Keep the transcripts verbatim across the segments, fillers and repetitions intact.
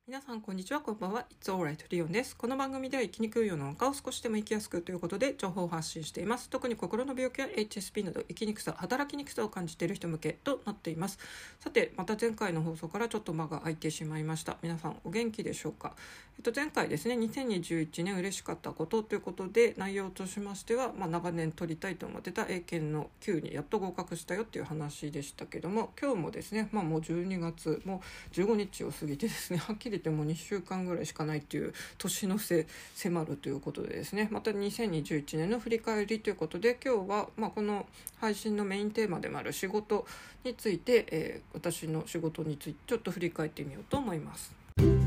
皆さんこんにちは、こんばんは。 It's alright リオンです。この番組では生きにくい世の中を少しでも生きやすくということで情報を発信しています。特に心の病気や エイチエスピー など生きにくさ、働きにくさを感じている人向けとなっています。さて、また前回の放送からちょっと間が空いてしまいました。皆さんお元気でしょうか。えっと、前回ですね、にせんにじゅういちねん嬉しかったことということで、内容としましては、まあ、長年取りたいと思ってた英検のきゅうにやっと合格したよっていう話でしたけども、今日もですね、まあ、もうじゅうにがつもうじゅうごにちを過ぎてですね、はっきり言ってもうにしゅうかんぐらいしかないっていう年の瀬迫るということでですね、またにせんにじゅういちねんの振り返りということで、今日はまあこの配信のメインテーマでもある仕事について、えー、私の仕事についてちょっと振り返ってみようと思います。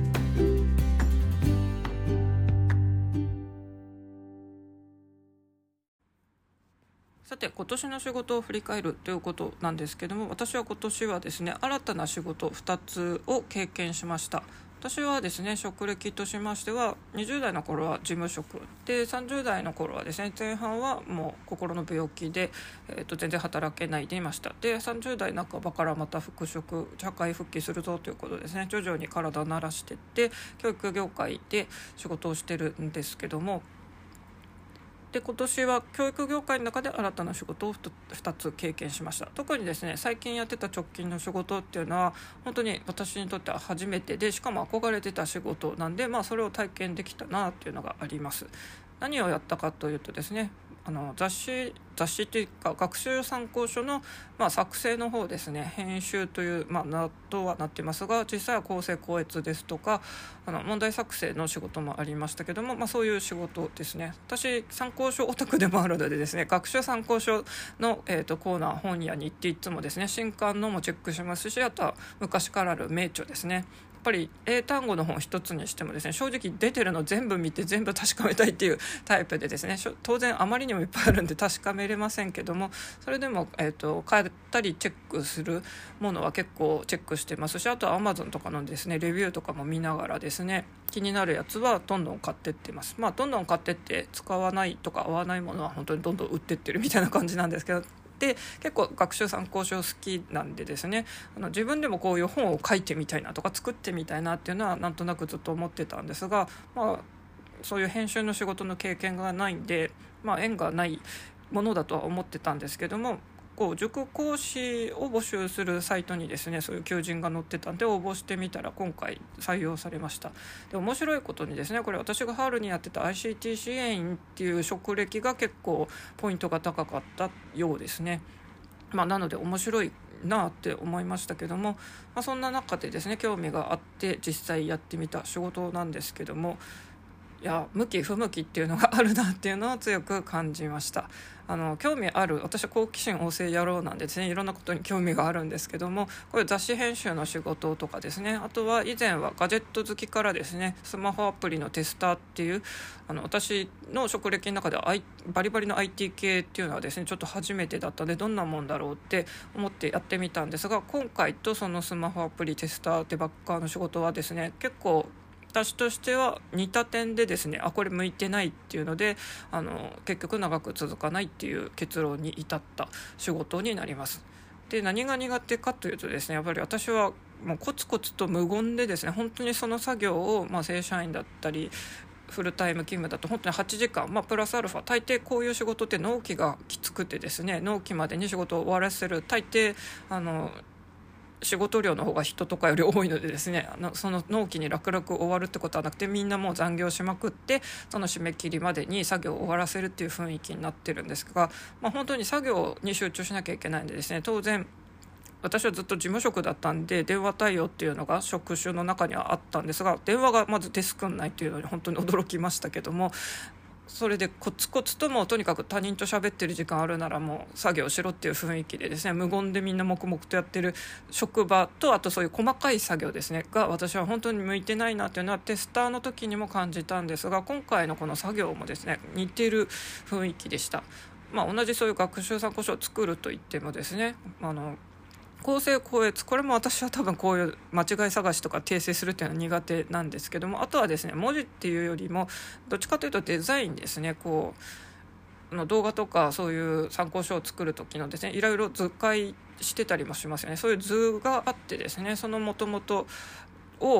さて、今年の仕事を振り返るということなんですけども、私は今年はですね、新たな仕事ふたつを経験しました。私はですね、職歴としましてはにじゅう代の頃は事務職で、さんじゅう代の頃はですね、前半はもう心の病気で、えー、と全然働けないでいました。で、さんじゅう代半ばからまた復職、社会復帰するぞということですね、徐々に体を慣らしていって教育業界で仕事をしてるんですけども、で今年は教育業界の中で新たな仕事をふたつ経験しました。特にですね、最近やってた直近の仕事っていうのは本当に私にとっては初めてで、しかも憧れてた仕事なんで、まあ、それを体験できたなっていうのがあります。何をやったかというとですね、あの雑誌雑誌というか学習参考書の、まあ、作成の方ですね、編集という、まあ、なとはなってますが、実際は構成校閲ですとかあの問題作成の仕事もありましたけども、まあ、そういう仕事ですね。私参考書オタクでもあるのでですね、学習参考書の、えー、とコーナー本屋に行っていつもですね、新刊のもチェックしますし、あとは昔からある名著ですね、やっぱり英単語の本一つにしてもですね、正直出てるの全部見て全部確かめたいっていうタイプでですね、当然あまりにもいっぱいあるんで確かめれませんけども、それでも、えーと、買ったりチェックするものは結構チェックしてますし、あとは Amazon とかのですねレビューとかも見ながらですね、気になるやつはどんどん買ってってます。まあどんどん買ってって使わないとか合わないものは本当にどんどん売ってってるみたいな感じなんですけど、で結構学習参考書好きなんでですね、あの自分でもこういう本を書いてみたいなとか作ってみたいなっていうのはなんとなくずっと思ってたんですが、まあそういう編集の仕事の経験がないんで、まあ、縁がないものだとは思ってたんですけども、こう塾講師を募集するサイトにですね、そういう求人が載ってたんで応募してみたら今回採用されました。で面白いことにですね、これ私が春にやってた アイシーティー 支援員っていう職歴が結構ポイントが高かったようですね。まあ、なので面白いなって思いましたけども、まあ、そんな中でですね、興味があって実際やってみた仕事なんですけども、いや向き不向きっていうのがあるなっていうのを強く感じました。あの興味ある、私は好奇心旺盛野郎なんでですね、いろんなことに興味があるんですけども、こういう雑誌編集の仕事とかですね、あとは以前はガジェット好きからですね、スマホアプリのテスターっていう、あの私の職歴の中では、I、バリバリの アイティー 系っていうのはですねちょっと初めてだったので、どんなもんだろうって思ってやってみたんですが、今回とそのスマホアプリテスターってばっかの仕事はですね、結構私としては似た点でですね、あこれ向いてないっていうので、あの結局長く続かないっていう結論に至った仕事になります。で何が苦手かというとですね、やっぱり私はもうコツコツと無言でですね、本当にその作業を、まあ、正社員だったりフルタイム勤務だと本当にはちじかん、まあ、プラスアルファ、大抵こういう仕事って納期がきつくてですね、納期までに仕事を終わらせる、大抵あの仕事量の方が人とかより多いのでですね、あのその納期に楽々終わるってことはなくて、みんなもう残業しまくってその締め切りまでに作業を終わらせるっていう雰囲気になってるんですが、まあ、本当に作業に集中しなきゃいけないんでですね、当然私はずっと事務職だったんで電話対応っていうのが職種の中にはあったんですが、電話がまずデスクにないっていうのに本当に驚きましたけども、それでコツコツともとにかく他人と喋ってる時間あるならもう作業しろっていう雰囲気でですね、無言でみんな黙々とやってる職場と、あとそういう細かい作業ですねが私は本当に向いてないなっていうのはテスターの時にも感じたんですが、今回のこの作業もですね似てる雰囲気でした。まあ、同じそういう学習参考書を作るといってもですね、あの構成校閲、これも私は多分こういう間違い探しとか訂正するっていうのは苦手なんですけども、あとはですね文字っていうよりもどっちかというとデザインですね。こうの動画とかそういう参考書を作る時のですね、いろいろ図解してたりもしますよね。そういう図があってですね、その元々を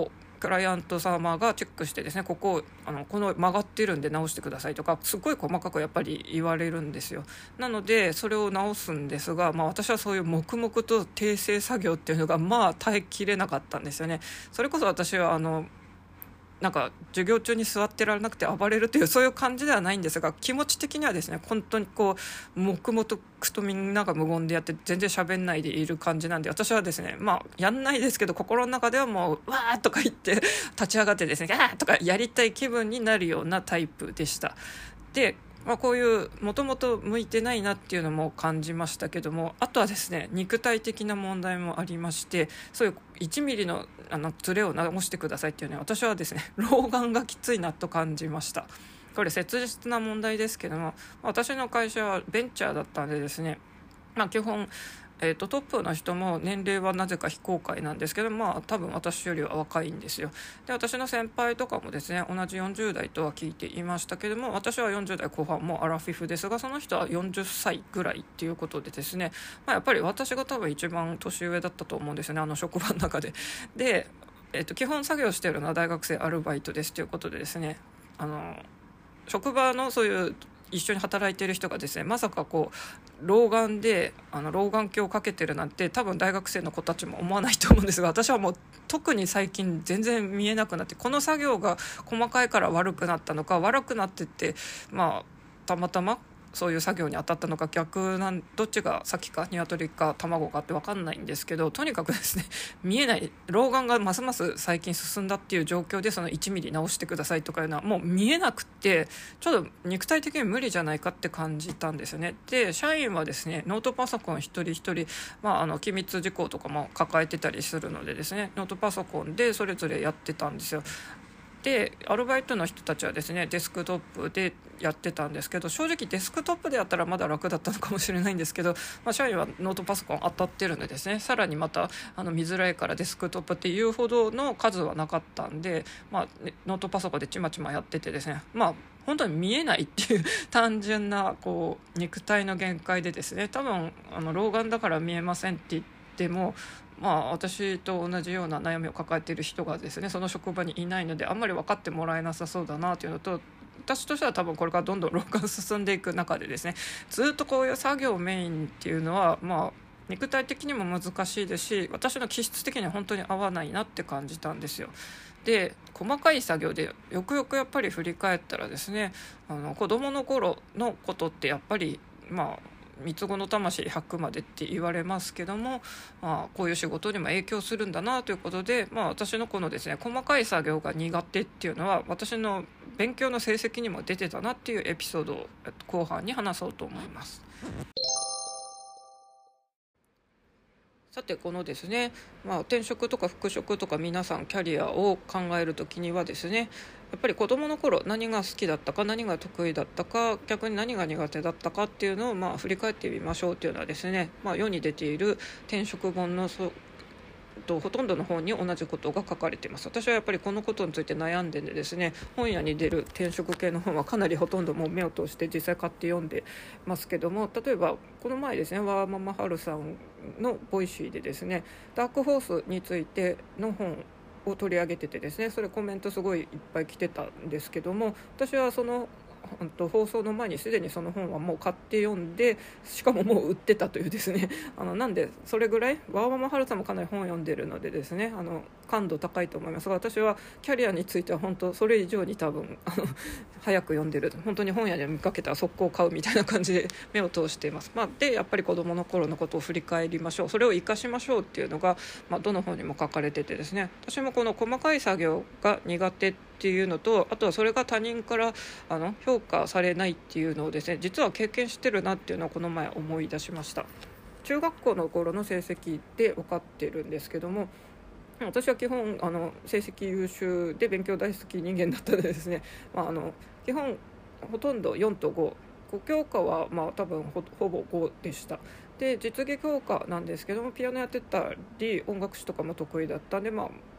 クライアント様がチェックしてですね、ここあのこの曲がってるんで直してくださいとかすごい細かくやっぱり言われるんですよ。なのでそれを直すんですが、まあ、私はそういう黙々と訂正作業っていうのがまあ耐えきれなかったんですよね。それこそ私はあのなんか授業中に座ってられなくて暴れるというそういう感じではないんですが、気持ち的にはですね本当にこう黙々とみんなが無言でやって全然喋んないでいる感じなんで、私はですねまあやんないですけど心の中ではもうわーとか言って立ち上がってですねガーとかやりたい気分になるようなタイプでした。でまあ、こういうもともと向いてないなっていうのも感じましたけども、あとはですね肉体的な問題もありまして、そういういちミリのあのズレを直してくださいっていうね、私はですね老眼がきついなと感じました。これ切実な問題ですけども、私の会社はベンチャーだったんでですね、まあ、基本えーと、トップの人も年齢はなぜか非公開なんですけど、まあ多分私よりは若いんですよ。で私の先輩とかもですね同じよんじゅう代とは聞いていましたけども、私はよんじゅう代後半もうアラフィフですが、その人はよんじゅっさいぐらいっていうことでですね、まあ、やっぱり私が多分一番年上だったと思うんですよね、あの職場の中で。で、えーと、基本作業しているのは大学生アルバイトですということでですね、あの職場のそういう一緒に働いている人がですねまさかこう老眼であの老眼鏡をかけてるなんて多分大学生の子たちも思わないと思うんですが、私はもう特に最近全然見えなくなって、この作業が細かいから悪くなったのか悪くなってってまあたまたまそういう作業に当たったのか逆なんどっちが先か鶏か卵かって分かんないんですけど、とにかくですね見えない老眼がますます最近進んだっていう状況で、そのいちミリ直してくださいとかいうのはもう見えなくてちょっと肉体的に無理じゃないかって感じたんですよね。で社員はですねノートパソコン一人一人、まあ、あの機密事項とかも抱えてたりするのでですねノートパソコンでそれぞれやってたんですよ。でアルバイトの人たちはですねデスクトップでやってたんですけど、正直デスクトップでやったらまだ楽だったのかもしれないんですけど、まあ、社員はノートパソコン当たってるんでですね、さらにまたあの見づらいからデスクトップっていうほどの数はなかったんで、まあ、ノートパソコンでちまちまやっててですね、まあ本当に見えないっていう単純なこう肉体の限界でですね、多分あの老眼だから見えませんって言ってもまあ、私と同じような悩みを抱えている人がですねその職場にいないのであんまり分かってもらえなさそうだなというのと、私としては多分これからどんどん老化が進んでいく中でですねずっとこういう作業メインっていうのはまあ肉体的にも難しいですし、私の気質的には本当に合わないなって感じたんですよ。で細かい作業でよくよくやっぱり振り返ったらですね、あの子供の頃のことってやっぱりまあ三つ子の魂ひゃくまでって言われますけども、まあ、こういう仕事にも影響するんだなということで、まあ、私のこのですね細かい作業が苦手っていうのは私の勉強の成績にも出てたなっていうエピソードを後半に話そうと思います。さてこのですね、まあ、転職とか復職とか皆さんキャリアを考えるときにはですねやっぱり子どもの頃何が好きだったか何が得意だったか逆に何が苦手だったかっていうのをまあ振り返ってみましょうというのはですね、まあ、世に出ている転職本のそとほとんどの本に同じことが書かれています。私はやっぱりこのことについて悩んでんでですね本屋に出る転職系の本はかなりほとんどもう目を通して実際買って読んでますけども、例えばこの前ですねワーママハルさんのボイシーでですねダークホースについての本を取り上げててですね、それコメントすごいいっぱい来てたんですけども、私はその放送の前にすでにその本はもう買って読んで、しかももう売ってたというですねあのなんでそれぐらいワーママハルさんもかなり本を読んでるのでですねあの感度高いと思いますが、私はキャリアについては本当それ以上に多分あの早く読んでる、本当に本屋で見かけたら速攻買うみたいな感じで目を通しています、まあ、でやっぱり子どもの頃のことを振り返りましょう、それを生かしましょうっていうのが、まあ、どの本にも書かれててですね、私もこの細かい作業が苦手っていうのと、あとはそれが他人からあの評価されないっていうのをですね実は経験してるなっていうのをこの前思い出しました。中学校の頃の成績で分かってるんですけども、私は基本あの成績優秀で勉強大好き人間だったのでですね、まあ、あの基本ほとんどよんとご、ご教科はまあ多分 ほ, ほぼごでした。で実技教科なんですけどもピアノやってたり音楽史とかも得意だったんで、まあ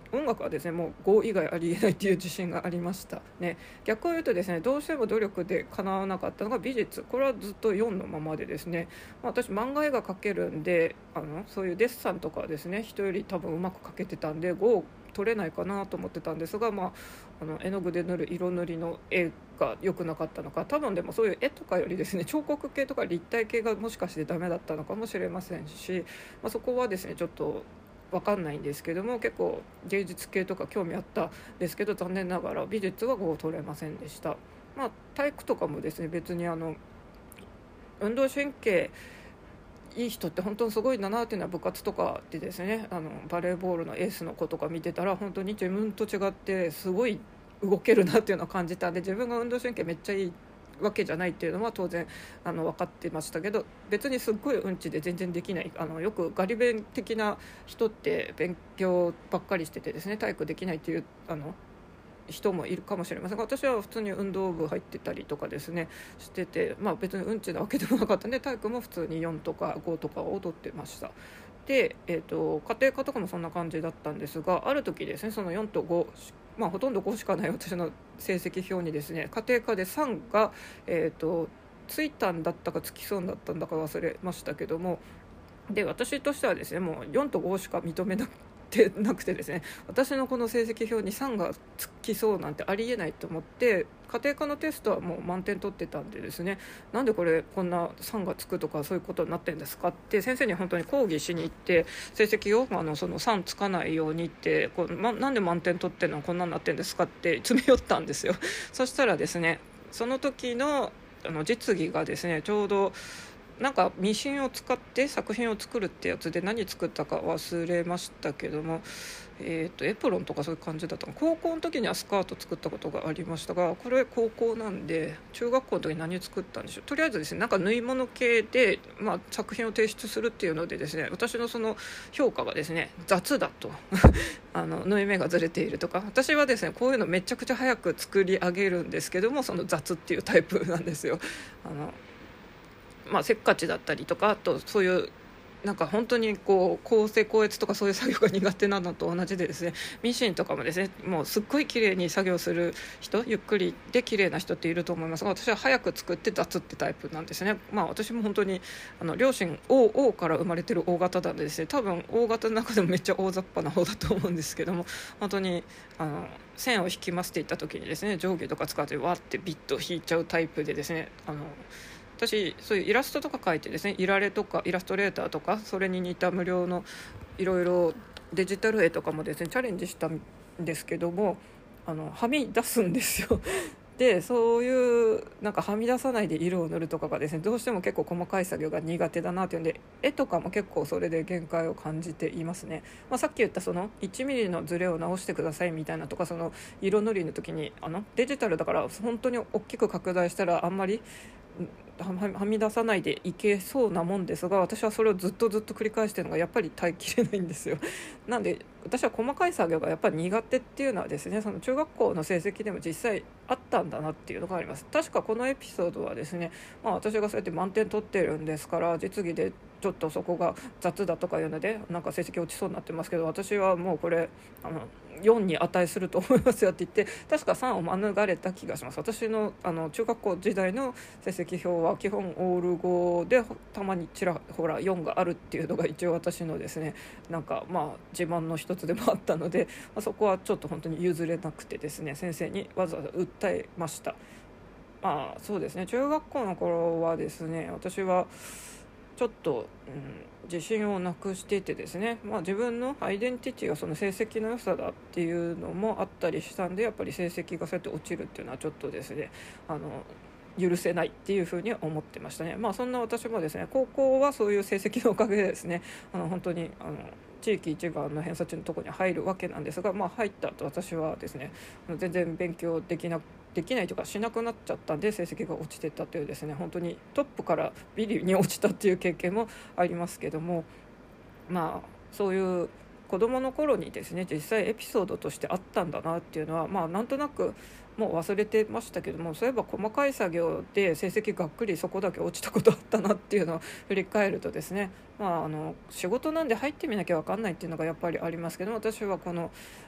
音楽はですねもうご以外ありえないっていう自信がありましたね。逆を言うとですね、どうしても努力で叶わなかったのが美術。これはずっとよんのままでですね、まあ、私漫画絵が描けるんで、あのそういうデッサンとかはですね人より多分うまく描けてたんでご取れないかなと思ってたんですが、まあ、あの絵の具で塗る色塗りの絵が良くなかったのか、多分でもそういう絵とかよりですね彫刻系とか立体系がもしかしてダメだったのかもしれませんし、まあ、そこはですねちょっと分かんないんですけども、結構芸術系とか興味あったんですけど、残念ながら美術はご取れませんでした。まあ、体育とかもですね別にあの運動神経いい人って本当にすごいんだなっていうのは部活とかでですね、あのバレーボールのエースの子とか見てたら本当に自分と違ってすごい動けるなっていうのを感じたんで、自分が運動神経めっちゃいいわけじゃないっていうのは当然あの分かってましたけど、別にすっごいうんちで全然できない、あのよくガリ勉的な人って勉強ばっかりしててですね体育できないっていうあの人もいるかもしれませんが、私は普通に運動部入ってたりとかですねしてて、まあ、別にうんちなわけでもなかったんで体育も普通によんとかごとかを取ってました。で、えーと、家庭科とかもそんな感じだったんですが、ある時ですねそのよんとご、まあ、ほとんどごしかない私の成績表にですね家庭科でさんが、えーと、ついたんだったかつきそうだったんだか忘れましたけども、で私としてはですねもうよんとごしか認めなくてなくてですね、私のこの成績表にさんがつきそうなんてありえないと思って、家庭科のテストはもう満点取ってたんでですね、なんでこれこんなさんがつくとかそういうことになってんですかって先生に本当に抗議しに行って、成績をあのそのさんつかないようにってこう、ま、なんで満点取ってんのこんなになってんですかって詰め寄ったんですよ。そしたらですねその時のあの実技がですねちょうどなんかミシンを使って作品を作るってやつで、何作ったか忘れましたけども、えーとエプロンとかそういう感じだったの。高校の時にはスカート作ったことがありましたが、これ高校なんで中学校の時に何作ったんでしょう。とりあえずですねなんか縫い物系で、まあ、作品を提出するっていうのでですね、私のその評価がですね雑だとあの縫い目がずれているとか、私はですねこういうのめちゃくちゃ早く作り上げるんですけども、その雑っていうタイプなんですよ。あのまあ、せっかちだったりとか、あとそういうなんか本当にこう構成校閲とかそういう作業が苦手なのと同じでですね、ミシンとかもですねもうすっごい綺麗に作業する人、ゆっくりで綺麗な人っていると思いますが、私は早く作って雑ってタイプなんですね。まあ私も本当にあの両親 O, O から生まれてる大型なんでですね、多分大型の中でもめっちゃ大雑把な方だと思うんですけども、本当にあの線を引きますって言った時にですね定規とか使ってわってビッと引いちゃうタイプでですね、あの私そういうイラストとか描いてですね、イラレとかイラストレーターとかそれに似た無料のいろいろデジタル絵とかもですねチャレンジしたんですけども、あのはみ出すんですよでそういうなんかはみ出さないで色を塗るとかがですねどうしても結構細かい作業が苦手だなっていうんで、絵とかも結構それで限界を感じていますね。まあ、さっき言ったそのいちミリのズレを直してくださいみたいなとか、その色塗りの時にあのデジタルだから本当に大きく拡大したらあんまりはみ出さないでいけそうなもんですが、私はそれをずっとずっと繰り返しているのがやっぱり耐えきれないんですよ。なんで私は細かい作業がやっぱり苦手っていうのはですね、その中学校の成績でも実際あったんだなっていうのがあります。確かこのエピソードはですね、まあ、私がそうやって満点取ってるんですから、実技でちょっとそこが雑だとかいうのでなんか成績落ちそうになってますけど、私はもうこれあのよんに値すると思いますよって言って確かさんを免れた気がします。私 の, あの中学校時代の成績表は基本オールごでたまにちらほらよんがあるっていうのが一応私のですねなんかまあ自慢の一つでもあったので、まあ、そこはちょっと本当に譲れなくてですね、先生にわざわざ訴えました。まあそうですね、中学校の頃はですね私はちょっと、うん、自信をなくしていてですね、まあ、自分のアイデンティティがその成績の良さだっていうのもあったりしたんで、やっぱり成績がそうやって落ちるっていうのはちょっとですねあの許せないっていうふうに思ってましたね。まあそんな私もですね高校はそういう成績のおかげでですねあの本当にあの地域一番の偏差値のところに入るわけなんですが、まあ、入った後私はですね全然勉強できなできないというかしなくなっちゃったんで成績が落ちてったというですね、本当にトップからビリに落ちたっていう経験もありますけども、まあそういう子どもの頃にですね実際エピソードとしてあったんだなっていうのは、まあなんとなくもう忘れてましたけども、そういえば細かい作業で成績がっくりそこだけ落ちたことあったなっていうのを振り返るとですね、まあ、あの仕事なんで入ってみなきゃ分かんないっていうのがやっぱりありますけど、私はこの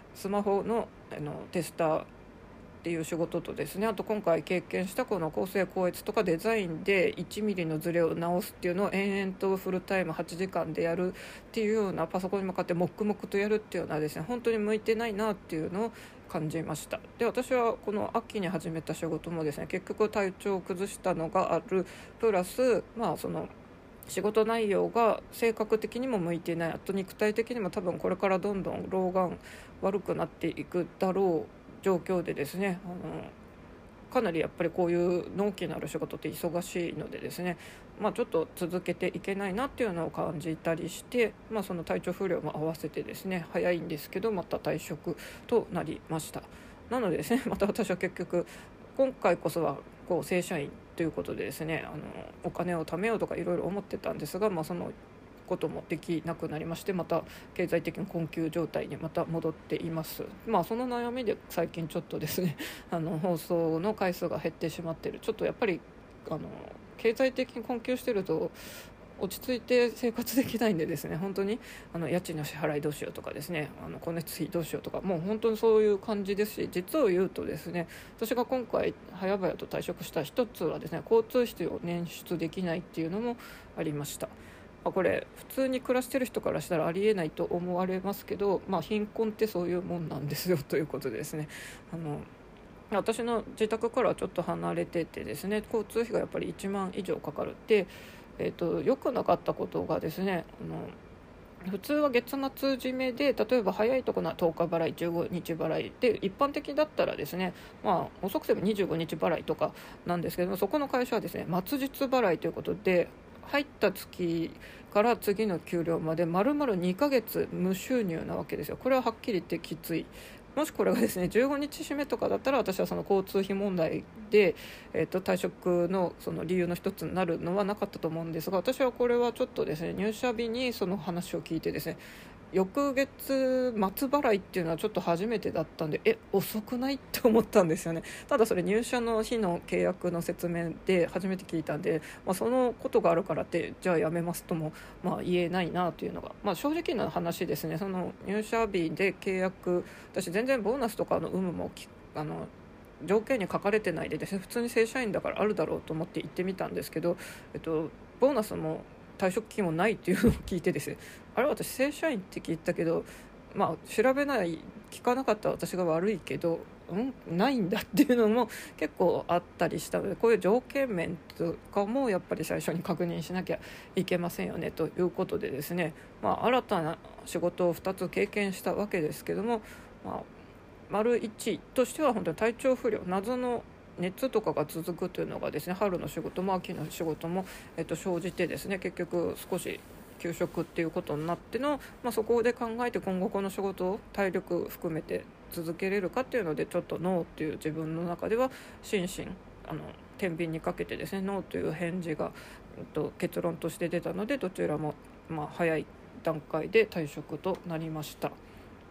スマホの、あのテスターっていう仕事とですね、あと今回経験したこの構成校閲とかデザインでいちミリのズレを直すっていうのを延々とフルタイムはちじかんでやるっていうような、パソコンに向かって黙々とやるっていうようなですね、本当に向いてないなっていうのを感じました。で、私はこの秋に始めた仕事もですね、結局体調を崩したのがあるプラス、まあその仕事内容が性格的にも向いてない、あと肉体的にも多分これからどんどん老眼悪くなっていくだろう状況でですね、あのかなりやっぱりこういう納期のある仕事って忙しいのでですね、まあ、ちょっと続けていけないなっていうのを感じたりして、まあ、その体調不良も合わせてですね、早いんですけどまた退職となりました。なのでですね、また私は結局今回こそはこう正社員ということでですね、あのお金を貯めようとかいろいろ思ってたんですが、まあ、そのこともできなくなりまして、また経済的に困窮状態にまた戻っています。まあその悩みで最近ちょっとですねあの放送の回数が減ってしまっている。ちょっとやっぱりあの経済的に困窮してると落ち着いて生活できないんでですね、本当にあの家賃の支払いどうしようとかですね、あの光熱費どうしようとか、もう本当にそういう感じですし、実を言うとですね、私が今回早々と退職した一つはですね、交通費を捻出できないっていうのもありました。これ普通に暮らしてる人からしたらありえないと思われますけど、まあ、貧困ってそういうもんなんですよということでですね、あの私の自宅からはちょっと離れててですね、交通費がやっぱりいちまん以上かかるって、えーと、良くなかったことがですね、あの普通は月末締めで、例えば早いところはとおか払いじゅうごにち払いで、一般的だったらですね、まあ、遅くてもにじゅうごにち払いとかなんですけども、そこの会社はですね末日払いということで、入った月から次の給料まで丸々にかげつ無収入なわけですよ。これははっきり言ってきつい。もしこれがですねじゅうごにち締めとかだったら、私はその交通費問題で、えー、と退職のその理由の一つになるのはなかったと思うんですが、私はこれはちょっとですね、入社日にその話を聞いてですね、翌月末払いっていうのはちょっと初めてだったんで、え遅くないって思ったんですよね。ただそれ入社の日の契約の説明で初めて聞いたんで、まあ、そのことがあるからってじゃあ辞めますとも、まあ、言えないなというのが、まあ、正直な話ですね。その入社日で契約、私全然ボーナスとかの有無もあの条件に書かれてないでですね、普通に正社員だからあるだろうと思って行ってみたんですけど、えっと、ボーナスも退職金もないっていうのを聞いてですね、あれ私正社員って聞いたけど、まあ調べない聞かなかった私が悪いけど、うんないんだっていうのも結構あったりしたので、こういう条件面とかもやっぱり最初に確認しなきゃいけませんよねということでですね、まあ、新たな仕事をふたつ経験したわけですけども、まあ、丸いちとしては本当に体調不良、謎の熱とかが続くというのがですね、春の仕事も秋の仕事も、えっと、生じてですね、結局少し休職っていうことになっての、まあ、そこで考えて今後この仕事を体力含めて続けれるかっていうので、ちょっとノーっていう自分の中では心身あの天秤にかけてですね、ノーという返事が、えっと、結論として出たので、どちらも、まあ、早い段階で退職となりました。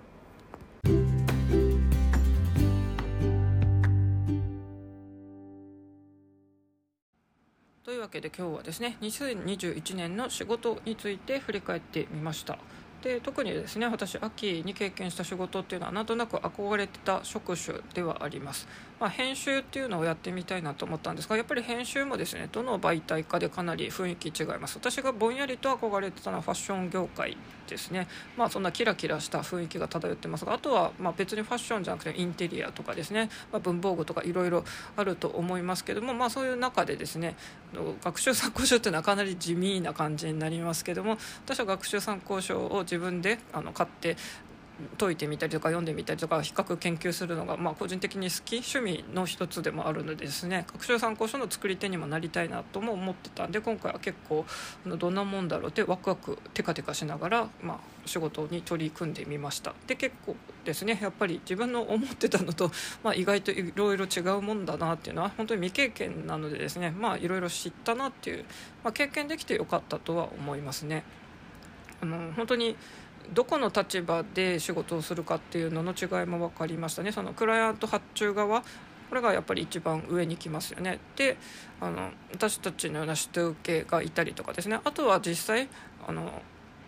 というわけで今日はですね、にせんにじゅういちねんの仕事について振り返ってみました。で、特にですね、私秋に経験した仕事っていうのはなんとなく憧れてた職種ではあります。まあ、編集っていうのをやってみたいなと思ったんですが、やっぱり編集もですね、どの媒体かでかなり雰囲気違います。私がぼんやりと憧れてたのはファッション業界ですね。まあそんなキラキラした雰囲気が漂ってますが、あとはまあ別にファッションじゃなくてインテリアとかですね、まあ、文房具とかいろいろあると思いますけども、まあそういう中でですね、学習参考書っていうのはかなり地味な感じになりますけども、私は学習参考書を自分であの買って解いてみたりとか読んでみたりとか比較研究するのが、まあ、個人的に好き趣味の一つでもあるのでですね、学習参考書の作り手にもなりたいなとも思ってたんで、今回は結構どんなもんだろうってワクワクテカテカしながら、まあ、仕事に取り組んでみました。で結構ですね、やっぱり自分の思ってたのと、まあ、意外といろいろ違うもんだなっていうのは本当に未経験なのでですね、まあいろいろ知ったなっていう、まあ、経験できてよかったとは思いますね。あの本当にどこの立場で仕事をするかっていうのの違いも分かりましたね。そのクライアント発注側、これがやっぱり一番上に来ますよね。で、あの私たちのような下請けがいたりとかですね、あとは実際あの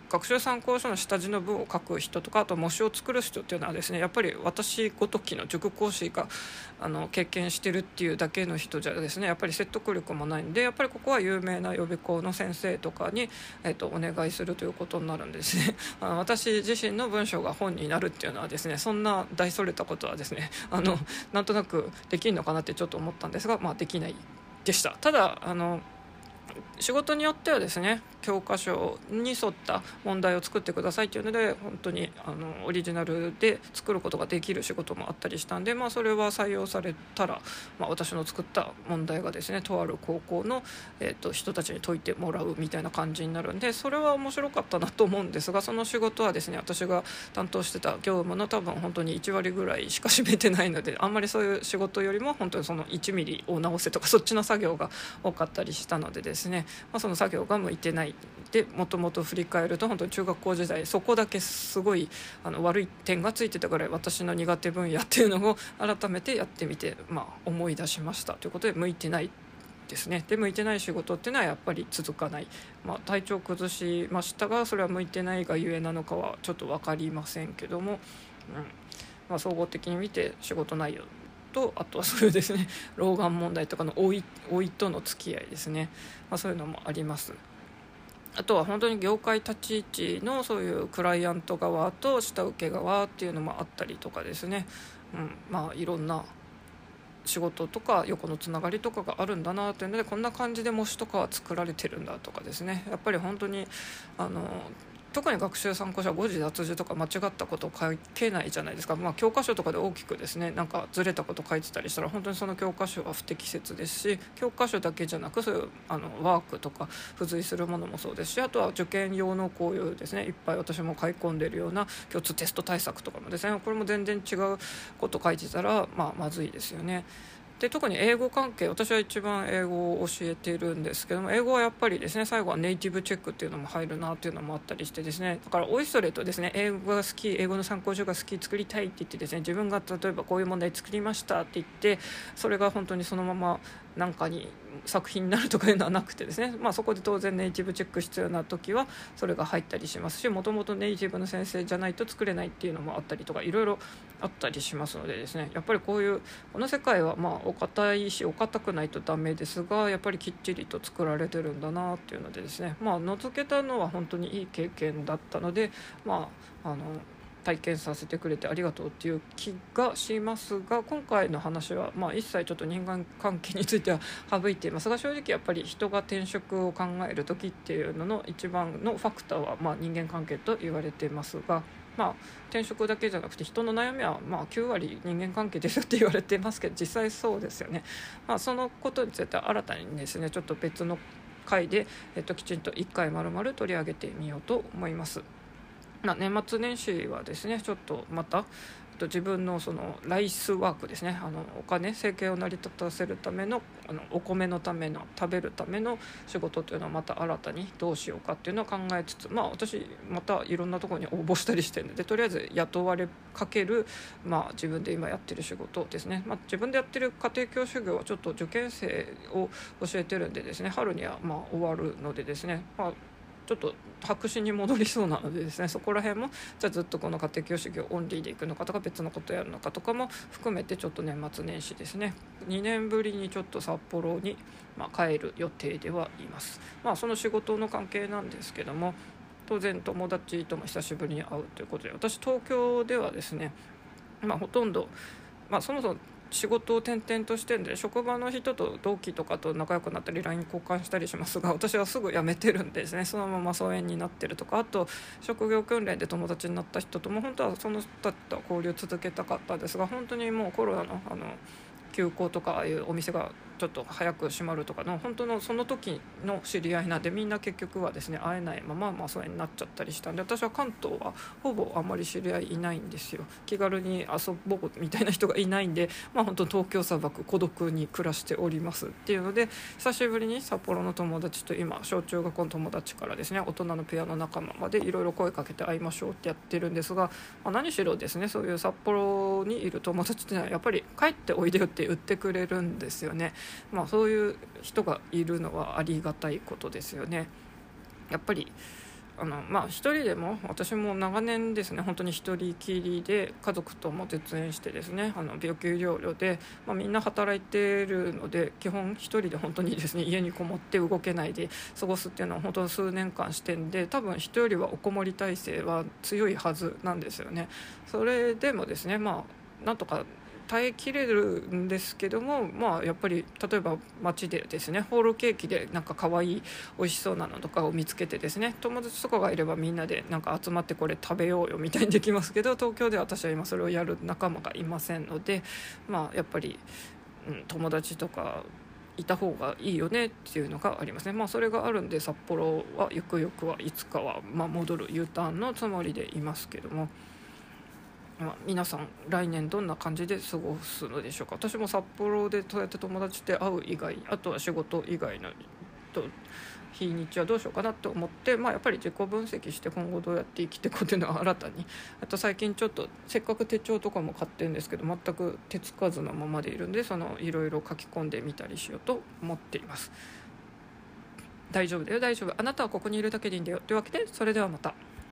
学習参考書の下地の文を書く人とか、あと模試を作る人っていうのはですね、やっぱり私ごときの塾講師があの経験してるっていうだけの人じゃですね、やっぱり説得力もないんで、やっぱりここは有名な予備校の先生とかに、えー、とお願いするということになるんですね。あの私自身の文章が本になるっていうのはですね、そんな大それたことはですね、あのなんとなくできるのかなってちょっと思ったんですが、まあ、できないでした。ただあの仕事によってはですね、教科書に沿った問題を作ってくださいっていうので、本当にあのオリジナルで作ることができる仕事もあったりしたんで、まあ、それは採用されたら、まあ、私の作った問題がですね、とある高校の、えー、と人たちに解いてもらうみたいな感じになるんで、それは面白かったなと思うんですが、その仕事はですね、私が担当してた業務の多分本当にいち割ぐらいしか占めてないので、あんまりそういう仕事よりも本当にそのいちミリを直せとかそっちの作業が多かったりしたのでですね、まあ、その作業が向いてないで、もともと振り返ると本当に中学校時代そこだけすごいあの悪い点がついてたぐらい私の苦手分野っていうのを改めてやってみて、まあ、思い出しましたということで、向いてないですね。で向いてない仕事っていうのはやっぱり続かない、まあ、体調崩しましたが、それは向いてないがゆえなのかはちょっと分かりませんけども、うんまあ、総合的に見て仕事内容と、あとはそういうですね、老眼問題とかの老い、老いとの付き合いですね、まあ、そういうのもあります。あとは本当に業界立ち位置のそういうクライアント側と下請け側っていうのもあったりとかですね、うん、まあいろんな仕事とか横のつながりとかがあるんだなというので、こんな感じで模試とかは作られてるんだとかですね、やっぱり本当にあの特に学習参考書は誤字脱字とか間違ったことを書けないじゃないですか。まあ、教科書とかで大きくですね、なんかずれたこと書いてたりしたら本当にその教科書は不適切ですし、教科書だけじゃなくそういうあのワークとか付随するものもそうですし、あとは受験用のこういうですね、いっぱい私も買い込んでるような共通テスト対策とかもですね、これも全然違うこと書いてたら、まあ、まずいですよね。で特に英語関係、私は一番英語を教えているんですけども、英語はやっぱりですね、最後はネイティブチェックっていうのも入るなっていうのもあったりしてですね、だからおいそれとですね、英語が好き、英語の参考書が好き、作りたいって言ってですね、自分が例えばこういう問題作りましたって言って、それが本当にそのままなんかに作品になるとかいうのはなくてですね、まあ、そこで当然ネイティブチェック必要な時はそれが入ったりしますし、もともとネイティブの先生じゃないと作れないっていうのもあったりとか、いろいろあったりしますのでですね、やっぱりこういうこの世界はまあお堅いしお堅くないとダメですが、やっぱりきっちりと作られてるんだなっていうのでですね、まあ覗けたのは本当にいい経験だったので、まああの体験させてくれてありがとうっていう気がしますが、今回の話は、まあ、一切ちょっと人間関係については省いていますが、正直やっぱり人が転職を考える時っていうのの一番のファクターは、まあ、人間関係と言われてますが、まあ、転職だけじゃなくて人の悩みはまあきゅう割人間関係ですって言われてますけど、実際そうですよね。まあ、そのことについては新たにですね、ちょっと別の回で、えっと、きちんといっかい丸々取り上げてみようと思います。年末年始はですね、ちょっとまた自分のそのライスワークですね、あのお金生計を成り立たせるための、あのお米のための食べるための仕事というのをまた新たにどうしようかっていうのを考えつつ、まあ私またいろんなところに応募したりしてるので、とりあえず雇われかける、まあ、自分で今やってる仕事ですね、まあ、自分でやってる家庭教師業はちょっと受験生を教えてるんでですね、春にはまあ終わるのでですね、まあちょっと白紙に戻りそうなのでですね、そこら辺もじゃあずっとこの家庭教師業オンリーで行くのかとか別のことやるのかとかも含めて、ちょっと年末年始ですね、にねんぶりにちょっと札幌に、まあ、帰る予定ではいます。まあその仕事の関係なんですけども、当然友達とも久しぶりに会うということで、私東京ではですね、まあほとんど、まあそもそも仕事を転々としてるんで、職場の人と同期とかと仲良くなったり ライン 交換したりしますが、私はすぐ辞めてるんですね。そのまま疎遠になってるとか、あと職業訓練で友達になった人とも本当はその人たちと交流続けたかったですが、本当にもうコロナのあの休校とかああいうお店がちょっと早く閉まるとかの本当のその時の知り合いなんで、みんな結局はですね会えないまままあ疎遠になっちゃったりしたんで、私は関東はほぼあんまり知り合いいないんですよ。気軽に遊ぼうみたいな人がいないんで、まあ本当東京砂漠孤独に暮らしておりますっていうので、久しぶりに札幌の友達と今小中学校の友達からですね、大人のペアの仲間までいろいろ声かけて会いましょうってやってるんですが、まあ、何しろですね、そういう札幌にいる友達っていうのはやっぱり帰っておいでよって言ってくれるんですよね。まあそういう人がいるのはありがたいことですよね。やっぱりあのまあ一人でも、私も長年ですね本当に一人きりで家族とも絶縁してですね、あの病気療養で、まあ、みんな働いてるので基本一人で本当にですね家にこもって動けないで過ごすっていうのは本当数年間してんで、多分人よりはおこもり体制は強いはずなんですよね。それでもですね、まあなんとか耐えきれるんですけども、まあ、やっぱり例えば街でですねホールケーキでなんか可愛い美味しそうなのとかを見つけてですね、友達とかがいればみんなでなんか集まってこれ食べようよみたいにできますけど、東京では私は今それをやる仲間がいませんので、まあやっぱり、うん、友達とかいた方がいいよねっていうのがありますね。まあそれがあるんで札幌はゆくゆくはいつかはまあ戻る U ターンのつもりでいますけども、まあ、皆さん来年どんな感じで過ごすのでしょうか。私も札幌でそうやって友達と会う以外、あとは仕事以外のと日にちはどうしようかなと思って、まあ、やっぱり自己分析して今後どうやって生きていこうっていうのは新たに、あと最近ちょっとせっかく手帳とかも買ってるんですけど全く手つかずのままでいるんで、そのいろいろ書き込んでみたりしようと思っています。大丈夫だよ大丈夫、あなたはここにいるだけでいいんだよというわけで、それではまた。